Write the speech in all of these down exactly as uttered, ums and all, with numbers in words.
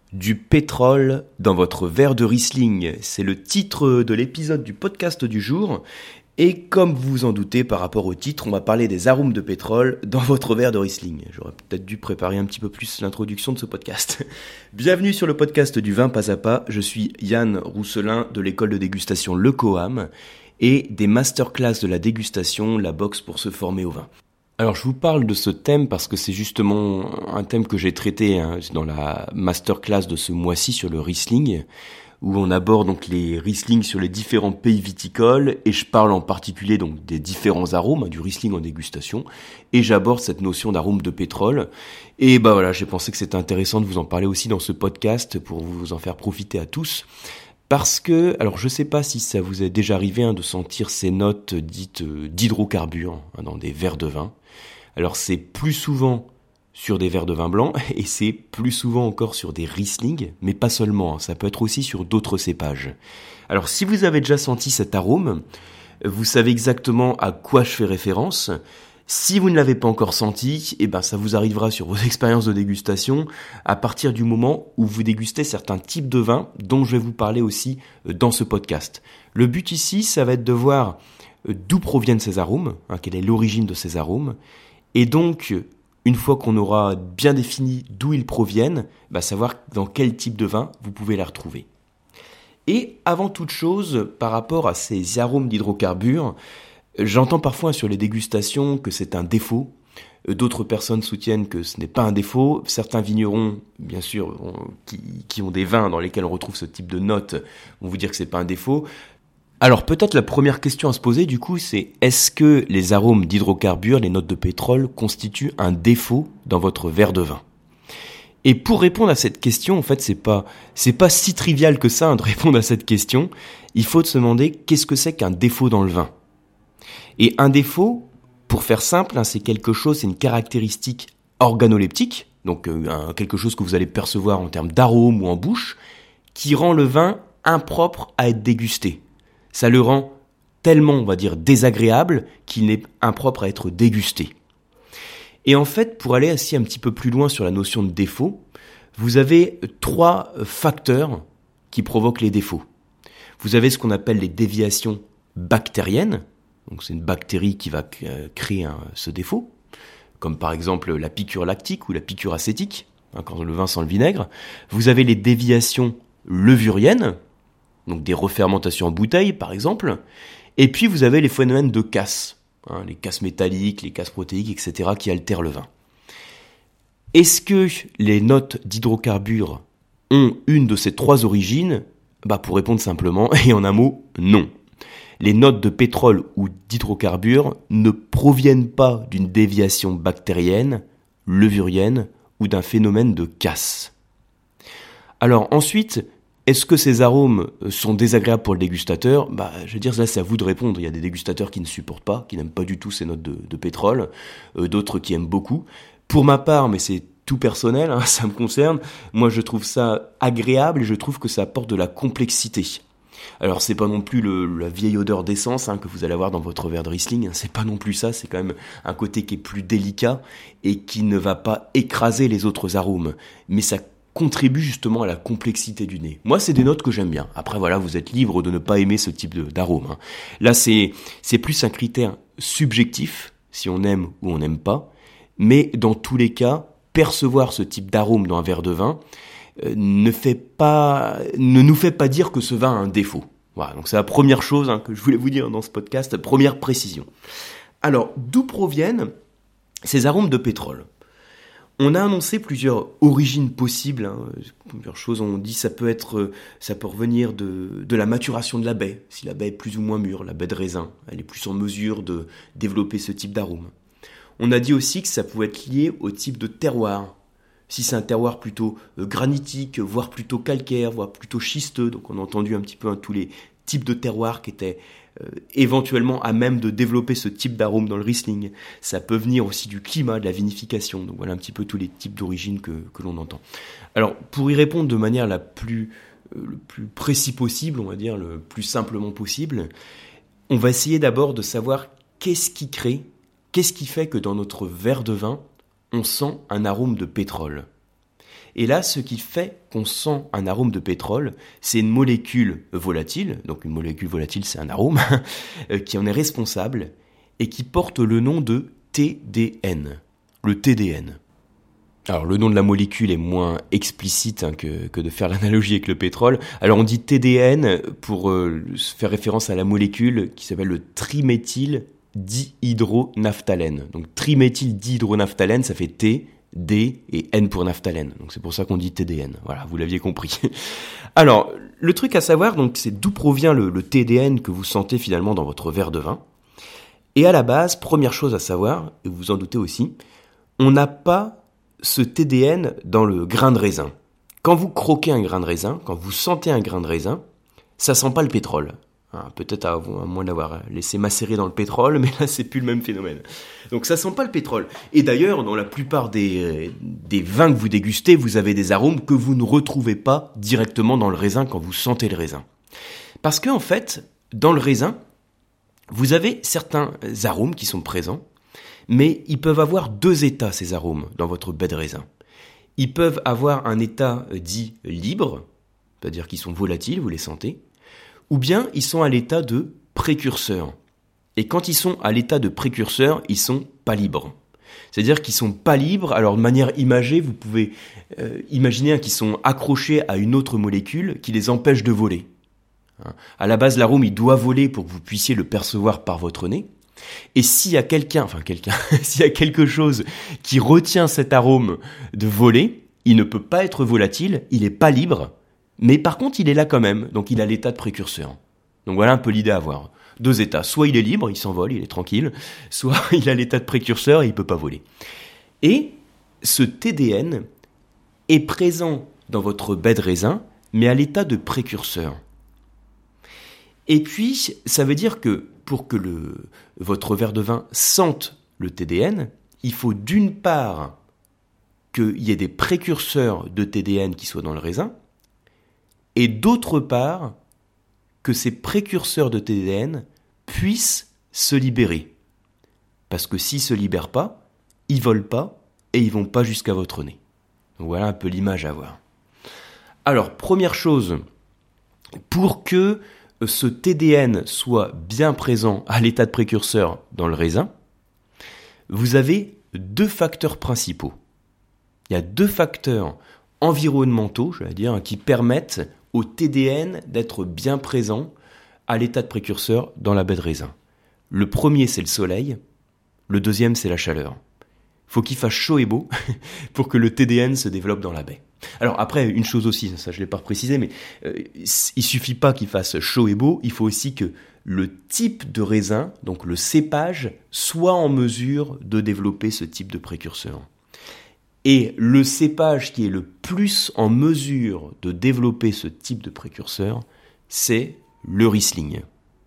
Du pétrole dans votre verre de Riesling, c'est le titre de l'épisode du podcast du jour. Et comme vous vous en doutez par rapport au titre, on va parler des arômes de pétrole dans votre verre de Riesling. J'aurais peut-être dû préparer un petit peu plus l'introduction de ce podcast. Bienvenue sur le podcast du vin pas à pas, je suis Yann Rousselin de l'école de dégustation Le Coam et des masterclass de la dégustation, la box pour se former au vin. Alors je vous parle de ce thème parce que c'est justement un thème que j'ai traité hein, dans la masterclass de ce mois-ci sur le Riesling, où on aborde donc les Riesling sur les différents pays viticoles, et je parle en particulier donc des différents arômes, hein, du Riesling en dégustation, et j'aborde cette notion d'arôme de pétrole. Et bah voilà, j'ai pensé que c'était intéressant de vous en parler aussi dans ce podcast pour vous en faire profiter à tous. Parce que, alors je sais pas si ça vous est déjà arrivé hein, de sentir ces notes dites euh, d'hydrocarbures hein, dans des verres de vin. Alors c'est plus souvent sur des verres de vin blanc et c'est plus souvent encore sur des Riesling, mais pas seulement, hein, ça peut être aussi sur d'autres cépages. Alors si vous avez déjà senti cet arôme, vous savez exactement à quoi je fais référence. Si vous ne l'avez pas encore senti, eh ben ça vous arrivera sur vos expériences de dégustation à partir du moment où vous dégustez certains types de vins dont je vais vous parler aussi dans ce podcast. Le but ici, ça va être de voir d'où proviennent ces arômes, hein, quelle est l'origine de ces arômes, et donc une fois qu'on aura bien défini d'où ils proviennent, bah savoir dans quel type de vin vous pouvez les retrouver. Et avant toute chose, par rapport à ces arômes d'hydrocarbures, j'entends parfois sur les dégustations que c'est un défaut. D'autres personnes soutiennent que ce n'est pas un défaut. Certains vignerons, bien sûr, qui, qui ont des vins dans lesquels on retrouve ce type de notes, vont vous dire que c'est pas un défaut. Alors peut-être la première question à se poser du coup, c'est est-ce que les arômes d'hydrocarbures, les notes de pétrole, constituent un défaut dans votre verre de vin ? Et pour répondre à cette question, en fait, c'est pas c'est pas si trivial que ça hein, de répondre à cette question. Il faut se demander qu'est-ce que c'est qu'un défaut dans le vin. Et un défaut, pour faire simple, hein, c'est quelque chose, c'est une caractéristique organoleptique, donc euh, un, quelque chose que vous allez percevoir en termes d'arôme ou en bouche, qui rend le vin impropre à être dégusté. Ça le rend tellement, on va dire, désagréable qu'il n'est impropre à être dégusté. Et en fait, pour aller ainsi un petit peu plus loin sur la notion de défaut, vous avez trois facteurs qui provoquent les défauts. Vous avez ce qu'on appelle les déviations bactériennes, donc c'est une bactérie qui va créer un, ce défaut, comme par exemple la piqûre lactique ou la piqûre acétique, hein, quand le vin sent le vinaigre. Vous avez les déviations levuriennes, donc des refermentations en bouteille par exemple, et puis vous avez les phénomènes de casse, hein, les casses métalliques, les casses protéiques, et cetera qui altèrent le vin. Est-ce que les notes d'hydrocarbures ont une de ces trois origines ? Bah pour répondre simplement, et en un mot, non. Les notes de pétrole ou d'hydrocarbures ne proviennent pas d'une déviation bactérienne, levurienne ou d'un phénomène de casse. Alors ensuite, est-ce que ces arômes sont désagréables pour le dégustateur ? Bah, je veux dire, là, c'est à vous de répondre. Il y a des dégustateurs qui ne supportent pas, qui n'aiment pas du tout ces notes de, de pétrole, euh, d'autres qui aiment beaucoup. Pour ma part, mais c'est tout personnel, hein, ça me concerne, moi je trouve ça agréable et je trouve que ça apporte de la complexité. Alors c'est pas non plus le, la vieille odeur d'essence hein, que vous allez avoir dans votre verre de Riesling, hein, c'est pas non plus ça, c'est quand même un côté qui est plus délicat et qui ne va pas écraser les autres arômes, mais ça contribue justement à la complexité du nez. Moi, c'est des notes que j'aime bien. Après, voilà, vous êtes libre de ne pas aimer ce type de, d'arôme. Hein. Là, c'est, c'est plus un critère subjectif, si on aime ou on n'aime pas. Mais dans tous les cas, percevoir ce type d'arôme dans un verre de vin euh, ne fait pas, ne nous fait pas dire que ce vin a un défaut. Voilà, donc c'est la première chose hein, que je voulais vous dire dans ce podcast, la première précision. Alors, d'où proviennent ces arômes de pétrole ? On a annoncé plusieurs origines possibles, hein, plusieurs choses. On dit ça peut être, ça peut revenir de, de la maturation de la baie. Si la baie est plus ou moins mûre, la baie de raisin, elle est plus en mesure de développer ce type d'arôme. On a dit aussi que ça pouvait être lié au type de terroir. Si c'est un terroir plutôt granitique, voire plutôt calcaire, voire plutôt schisteux, donc on a entendu un petit peu hein, tous les types de terroirs qui étaient euh, éventuellement à même de développer ce type d'arôme dans le Riesling. Ça peut venir aussi du climat, de la vinification. Donc voilà un petit peu tous les types d'origines que, que l'on entend. Alors pour y répondre de manière la plus, euh, le plus précis possible, on va dire le plus simplement possible, on va essayer d'abord de savoir qu'est-ce qui crée, qu'est-ce qui fait que dans notre verre de vin, on sent un arôme de pétrole. Et là, ce qui fait qu'on sent un arôme de pétrole, c'est une molécule volatile, donc une molécule volatile, c'est un arôme, qui en est responsable et qui porte le nom de T D N. Le T D N. Alors, le nom de la molécule est moins explicite hein, que, que de faire l'analogie avec le pétrole. Alors, on dit T D N pour euh, faire référence à la molécule qui s'appelle le triméthyldihydronaphthalène. Donc, triméthyldihydronaphthalène, ça fait T, D et N pour naphthalène. Donc, c'est pour ça qu'on dit T D N. Voilà, vous l'aviez compris. Alors, le truc à savoir, donc, c'est d'où provient le, le T D N que vous sentez finalement dans votre verre de vin. Et à la base, première chose à savoir, et vous vous en doutez aussi, on n'a pas ce T D N dans le grain de raisin. Quand vous croquez un grain de raisin, quand vous sentez un grain de raisin, ça sent pas le pétrole. Hein, peut-être à, à moins d'avoir laissé macérer dans le pétrole, mais là c'est plus le même phénomène. Donc ça sent pas le pétrole. Et d'ailleurs, dans la plupart des, des vins que vous dégustez, vous avez des arômes que vous ne retrouvez pas directement dans le raisin quand vous sentez le raisin. Parce que en fait, dans le raisin, vous avez certains arômes qui sont présents, mais ils peuvent avoir deux états, ces arômes, dans votre baie de raisin. Ils peuvent avoir un état dit libre, c'est-à-dire qu'ils sont volatiles, vous les sentez, ou bien ils sont à l'état de précurseur. Et quand ils sont à l'état de précurseur, ils sont pas libres. C'est-à-dire qu'ils sont pas libres, alors de manière imagée, vous pouvez euh, imaginer qu'ils sont accrochés à une autre molécule qui les empêche de voler. Hein. À la base, l'arôme, il doit voler pour que vous puissiez le percevoir par votre nez. Et s'il y a quelqu'un, enfin quelqu'un, s'il y a quelque chose qui retient cet arôme de voler, il ne peut pas être volatile, il n'est pas libre, mais par contre il est là quand même, donc il a l'état de précurseur. Donc voilà un peu l'idée à avoir. Deux états, soit il est libre, il s'envole, il est tranquille, soit il a l'état de précurseur et il ne peut pas voler. Et ce T D N est présent dans votre baie de raisin, mais à l'état de précurseur. Et puis, ça veut dire que pour que le, votre verre de vin sente le T D N, il faut d'une part qu'il y ait des précurseurs de T D N qui soient dans le raisin, et d'autre part que ces précurseurs de T D N puissent se libérer. Parce que s'ils ne se libèrent pas, ils ne volent pas et ils ne vont pas jusqu'à votre nez. Donc voilà un peu l'image à voir. Alors, première chose, pour que ce T D N soit bien présent à l'état de précurseur dans le raisin, vous avez deux facteurs principaux. Il y a deux facteurs environnementaux, je vais dire, qui permettent au T D N d'être bien présent à l'état de précurseur dans la baie de raisin. Le premier, c'est le soleil. Le deuxième, c'est la chaleur. Il faut qu'il fasse chaud et beau pour que le T D N se développe dans la baie. Alors après, une chose aussi, ça je ne l'ai pas précisé, mais euh, il suffit pas qu'il fasse chaud et beau, il faut aussi que le type de raisin, donc le cépage, soit en mesure de développer ce type de précurseur. Et le cépage qui est le plus en mesure de développer ce type de précurseur, c'est le Riesling.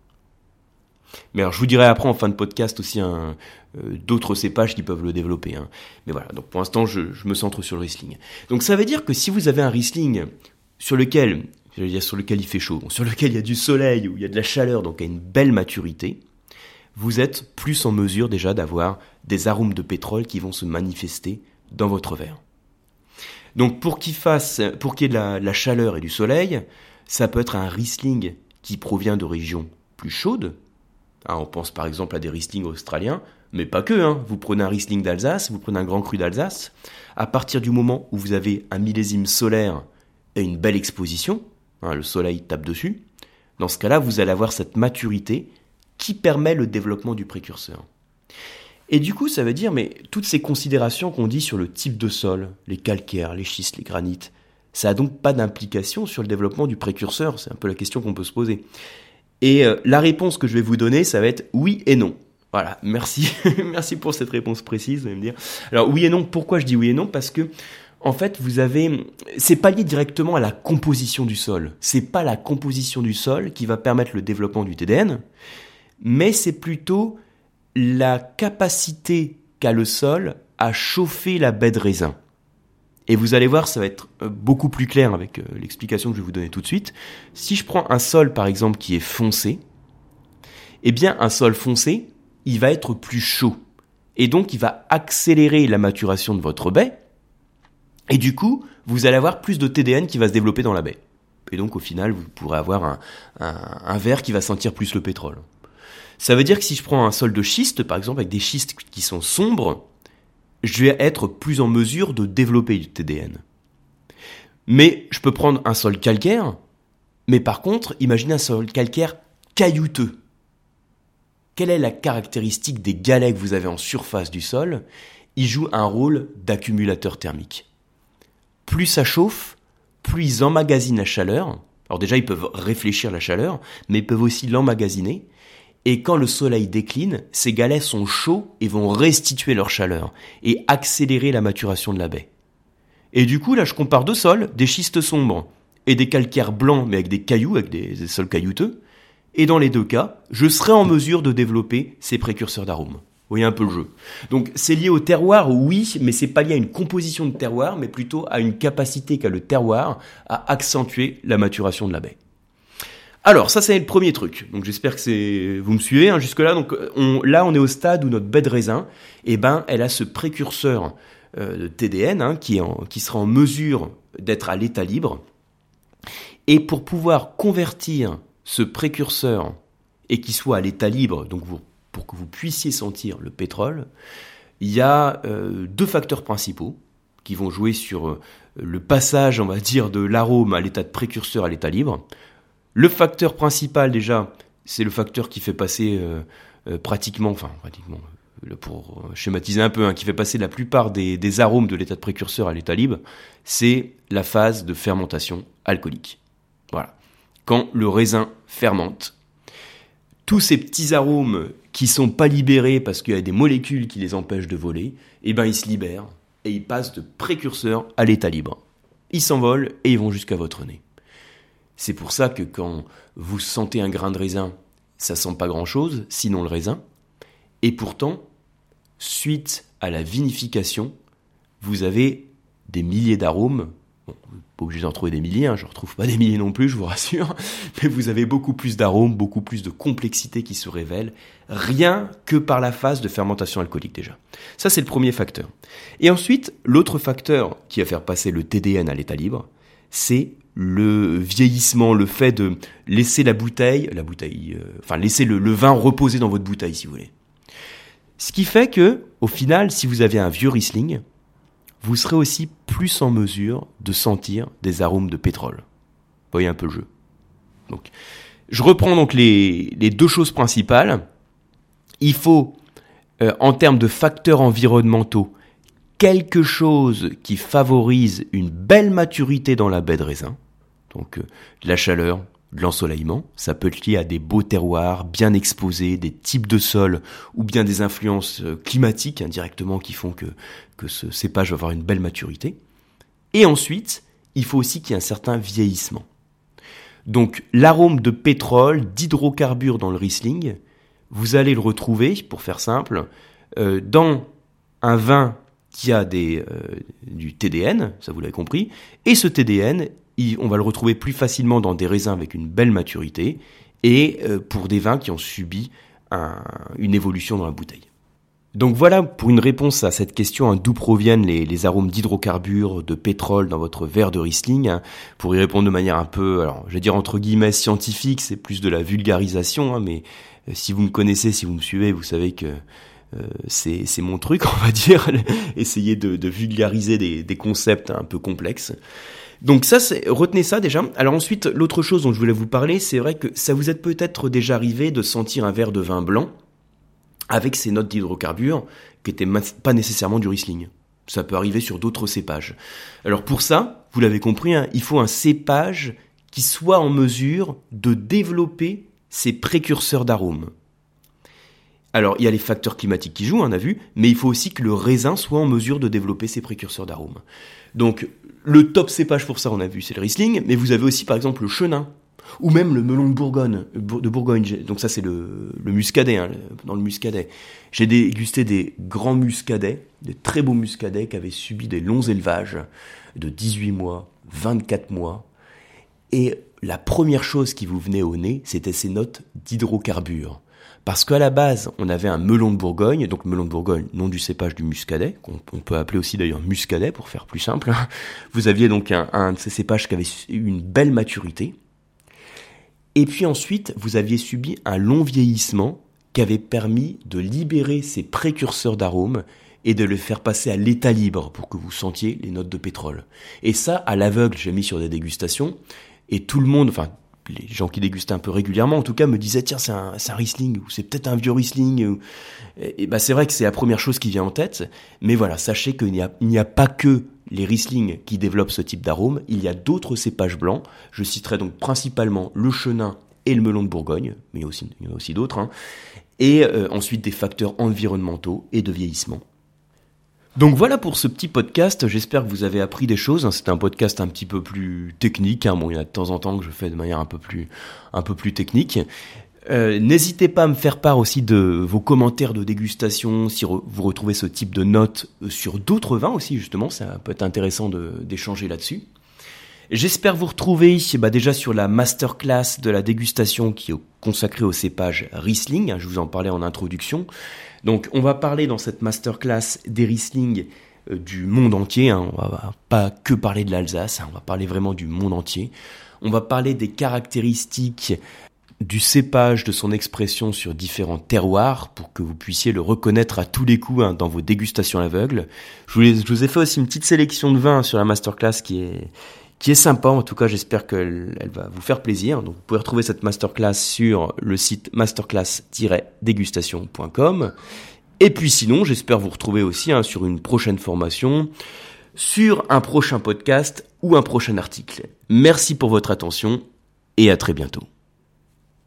Mais alors, je vous dirai après en fin de podcast aussi un, euh, d'autres cépages qui peuvent le développer. Hein. Mais voilà, donc pour l'instant, je, je me centre sur le Riesling. Donc ça veut dire que si vous avez un Riesling sur lequel, je veux dire sur lequel il fait chaud, sur lequel il y a du soleil, où il y a de la chaleur, donc à une belle maturité, vous êtes plus en mesure déjà d'avoir des arômes de pétrole qui vont se manifester dans votre verre. Donc pour qu'il fasse, pour qu'il y ait de la, de la chaleur et du soleil, ça peut être un Riesling qui provient de régions plus chaudes. Hein, on pense par exemple à des Riesling australiens, mais pas que. Hein. Vous prenez un Riesling d'Alsace, vous prenez un Grand Cru d'Alsace. À partir du moment où vous avez un millésime solaire et une belle exposition, hein, le soleil tape dessus, dans ce cas-là, vous allez avoir cette maturité qui permet le développement du précurseur. Et du coup, ça veut dire, mais toutes ces considérations qu'on dit sur le type de sol, les calcaires, les schistes, les granites, ça n'a donc pas d'implication sur le développement du précurseur. C'est un peu la question qu'on peut se poser. Et euh, la réponse que je vais vous donner, ça va être oui et non. Voilà, merci, merci pour cette réponse précise, vous allez me dire. Alors oui et non, pourquoi je dis oui et non ? Parce que, en fait, vous avez, c'est pas lié directement à la composition du sol. C'est pas la composition du sol qui va permettre le développement du T D N, mais c'est plutôt la capacité qu'a le sol à chauffer la baie de raisin. Et vous allez voir, ça va être beaucoup plus clair avec l'explication que je vais vous donner tout de suite. Si je prends un sol, par exemple, qui est foncé, eh bien, un sol foncé, il va être plus chaud. Et donc, il va accélérer la maturation de votre baie. Et du coup, vous allez avoir plus de T D N qui va se développer dans la baie. Et donc, au final, vous pourrez avoir un, un, un verre qui va sentir plus le pétrole. Ça veut dire que si je prends un sol de schiste, par exemple, avec des schistes qui sont sombres, je vais être plus en mesure de développer du T D N. Mais je peux prendre un sol calcaire, mais par contre, imaginez un sol calcaire caillouteux. Quelle est la caractéristique des galets que vous avez en surface du sol ? Ils jouent un rôle d'accumulateur thermique. Plus ça chauffe, plus ils emmagasinent la chaleur. Alors déjà, ils peuvent réfléchir la chaleur, mais ils peuvent aussi l'emmagasiner. Et quand le soleil décline, ces galets sont chauds et vont restituer leur chaleur et accélérer la maturation de la baie. Et du coup, là, je compare deux sols, des schistes sombres et des calcaires blancs, mais avec des cailloux, avec des, des sols caillouteux. Et dans les deux cas, je serai en mesure de développer ces précurseurs d'arômes. Vous voyez un peu le jeu. Donc, c'est lié au terroir, oui, mais c'est pas lié à une composition de terroir, mais plutôt à une capacité qu'a le terroir à accentuer la maturation de la baie. Alors, ça, c'est le premier truc. Donc, j'espère que c'est, vous me suivez, hein, jusque-là. Donc, on, là, on est au stade où notre baie de raisin, eh ben, elle a ce précurseur euh, de T D N, hein, qui, est en, qui sera en mesure d'être à l'état libre. Et pour pouvoir convertir ce précurseur et qu'il soit à l'état libre, donc vous, pour que vous puissiez sentir le pétrole, il y a euh, deux facteurs principaux qui vont jouer sur euh, le passage, on va dire, de l'arôme à l'état de précurseur à l'état libre. Le facteur principal, déjà, c'est le facteur qui fait passer euh, euh, pratiquement, enfin pratiquement, euh, pour schématiser un peu, hein, qui fait passer la plupart des, des arômes de l'état de précurseur à l'état libre, c'est la phase de fermentation alcoolique. Voilà. Quand le raisin fermente, tous ces petits arômes qui sont pas libérés parce qu'il y a des molécules qui les empêchent de voler, eh ben ils se libèrent et ils passent de précurseur à l'état libre. Ils s'envolent et ils vont jusqu'à votre nez. C'est pour ça que quand vous sentez un grain de raisin, ça sent pas grand-chose, sinon le raisin. Et pourtant, suite à la vinification, vous avez des milliers d'arômes. Bon, vous n'êtes pas obligé d'en trouver des milliers, hein, je ne retrouve pas des milliers non plus, je vous rassure. Mais vous avez beaucoup plus d'arômes, beaucoup plus de complexité qui se révèle, rien que par la phase de fermentation alcoolique déjà. Ça, c'est le premier facteur. Et ensuite, l'autre facteur qui va faire passer le T D N à l'état libre, c'est le vieillissement, le fait de laisser la bouteille, la bouteille, euh, enfin laisser le, le vin reposer dans votre bouteille, si vous voulez. Ce qui fait que, au final, si vous avez un vieux Riesling, vous serez aussi plus en mesure de sentir des arômes de pétrole. Vous voyez un peu le jeu. Donc, je reprends donc les, les deux choses principales. Il faut, euh, en termes de facteurs environnementaux, quelque chose qui favorise une belle maturité dans la baie de raisin. Donc, euh, de la chaleur, de l'ensoleillement. Ça peut être lié à des beaux terroirs bien exposés, des types de sols ou bien des influences climatiques indirectement qui font que, que ce cépage va avoir une belle maturité. Et ensuite, il faut aussi qu'il y ait un certain vieillissement. Donc, l'arôme de pétrole, d'hydrocarbures dans le Riesling, vous allez le retrouver, pour faire simple, euh, dans un vin qui a des, euh, du T D N, ça vous l'avez compris, et ce T D N, il, on va le retrouver plus facilement dans des raisins avec une belle maturité, et euh, pour des vins qui ont subi un, une évolution dans la bouteille. Donc voilà pour une réponse à cette question, hein, d'où proviennent les, les arômes d'hydrocarbures, de pétrole dans votre verre de Riesling, hein, pour y répondre de manière un peu, alors je vais dire entre guillemets scientifique, c'est plus de la vulgarisation, hein, mais euh, si vous me connaissez, si vous me suivez, vous savez que Euh, c'est, c'est mon truc, on va dire, essayer de, de vulgariser des, des concepts un peu complexes. Donc ça, c'est, retenez ça déjà. Alors ensuite, l'autre chose dont je voulais vous parler, c'est vrai que ça vous est peut-être déjà arrivé de sentir un verre de vin blanc avec ses notes d'hydrocarbures qui n'étaient pas nécessairement du Riesling. Ça peut arriver sur d'autres cépages. Alors pour ça, vous l'avez compris, hein, il faut un cépage qui soit en mesure de développer ses précurseurs d'arômes. Alors, il y a les facteurs climatiques qui jouent, on a vu, mais il faut aussi que le raisin soit en mesure de développer ses précurseurs d'arômes. Donc, le top cépage pour ça, on a vu, c'est le Riesling, mais vous avez aussi, par exemple, le Chenin, ou même le melon de Bourgogne. De Bourgogne. Donc ça, c'est le, le muscadet, hein, dans le muscadet. J'ai dégusté des grands muscadets, des très beaux muscadets qui avaient subi des longs élevages de dix-huit mois, vingt-quatre mois, et la première chose qui vous venait au nez, c'était ces notes d'hydrocarbures. Parce qu'à la base, on avait un melon de Bourgogne, donc melon de Bourgogne, nom du cépage du muscadet, qu'on on peut appeler aussi d'ailleurs muscadet pour faire plus simple. Vous aviez donc un, un de ces cépages qui avait eu une belle maturité. Et puis ensuite, vous aviez subi un long vieillissement qui avait permis de libérer ces précurseurs d'arômes et de le faire passer à l'état libre pour que vous sentiez les notes de pétrole. Et ça, à l'aveugle, j'ai mis sur des dégustations, et tout le monde, enfin, les gens qui dégustaient un peu régulièrement, en tout cas, me disaient, tiens, c'est un, c'est un Riesling, ou c'est peut-être un vieux Riesling. Ou... Et, et bah, c'est vrai que c'est la première chose qui vient en tête, mais voilà, sachez qu'il n'y a, il n'y a pas que les Riesling qui développent ce type d'arôme, il y a d'autres cépages blancs. Je citerai donc principalement le chenin et le melon de Bourgogne, mais il y a aussi, il y en a aussi d'autres, hein. Et euh, ensuite des facteurs environnementaux et de vieillissement. Donc voilà pour ce petit podcast, j'espère que vous avez appris des choses. C'est un podcast un petit peu plus technique, hein. Bon, il y a de temps en temps que je fais de manière un peu plus, un peu plus technique. Euh, n'hésitez pas à me faire part aussi de vos commentaires de dégustation, si re- vous retrouvez ce type de notes sur d'autres vins aussi, justement, ça peut être intéressant de, d'échanger là-dessus. J'espère vous retrouver bah, déjà sur la masterclass de la dégustation qui est consacrée au cépage Riesling, je vous en parlais en introduction. Donc on va parler dans cette masterclass des Riesling euh, du monde entier, hein. On va pas que parler de l'Alsace, hein. On va parler vraiment du monde entier. On va parler des caractéristiques du cépage, de son expression sur différents terroirs pour que vous puissiez le reconnaître à tous les coups, hein, dans vos dégustations à l'aveugle. Je vous, je vous ai fait aussi une petite sélection de vins sur la masterclass qui est... qui est sympa, en tout cas j'espère qu'elle elle va vous faire plaisir. Donc vous pouvez retrouver cette masterclass sur le site masterclass tiret dégustation point com. Et puis sinon, j'espère vous retrouver aussi, hein, sur une prochaine formation, sur un prochain podcast ou un prochain article. Merci pour votre attention et à très bientôt.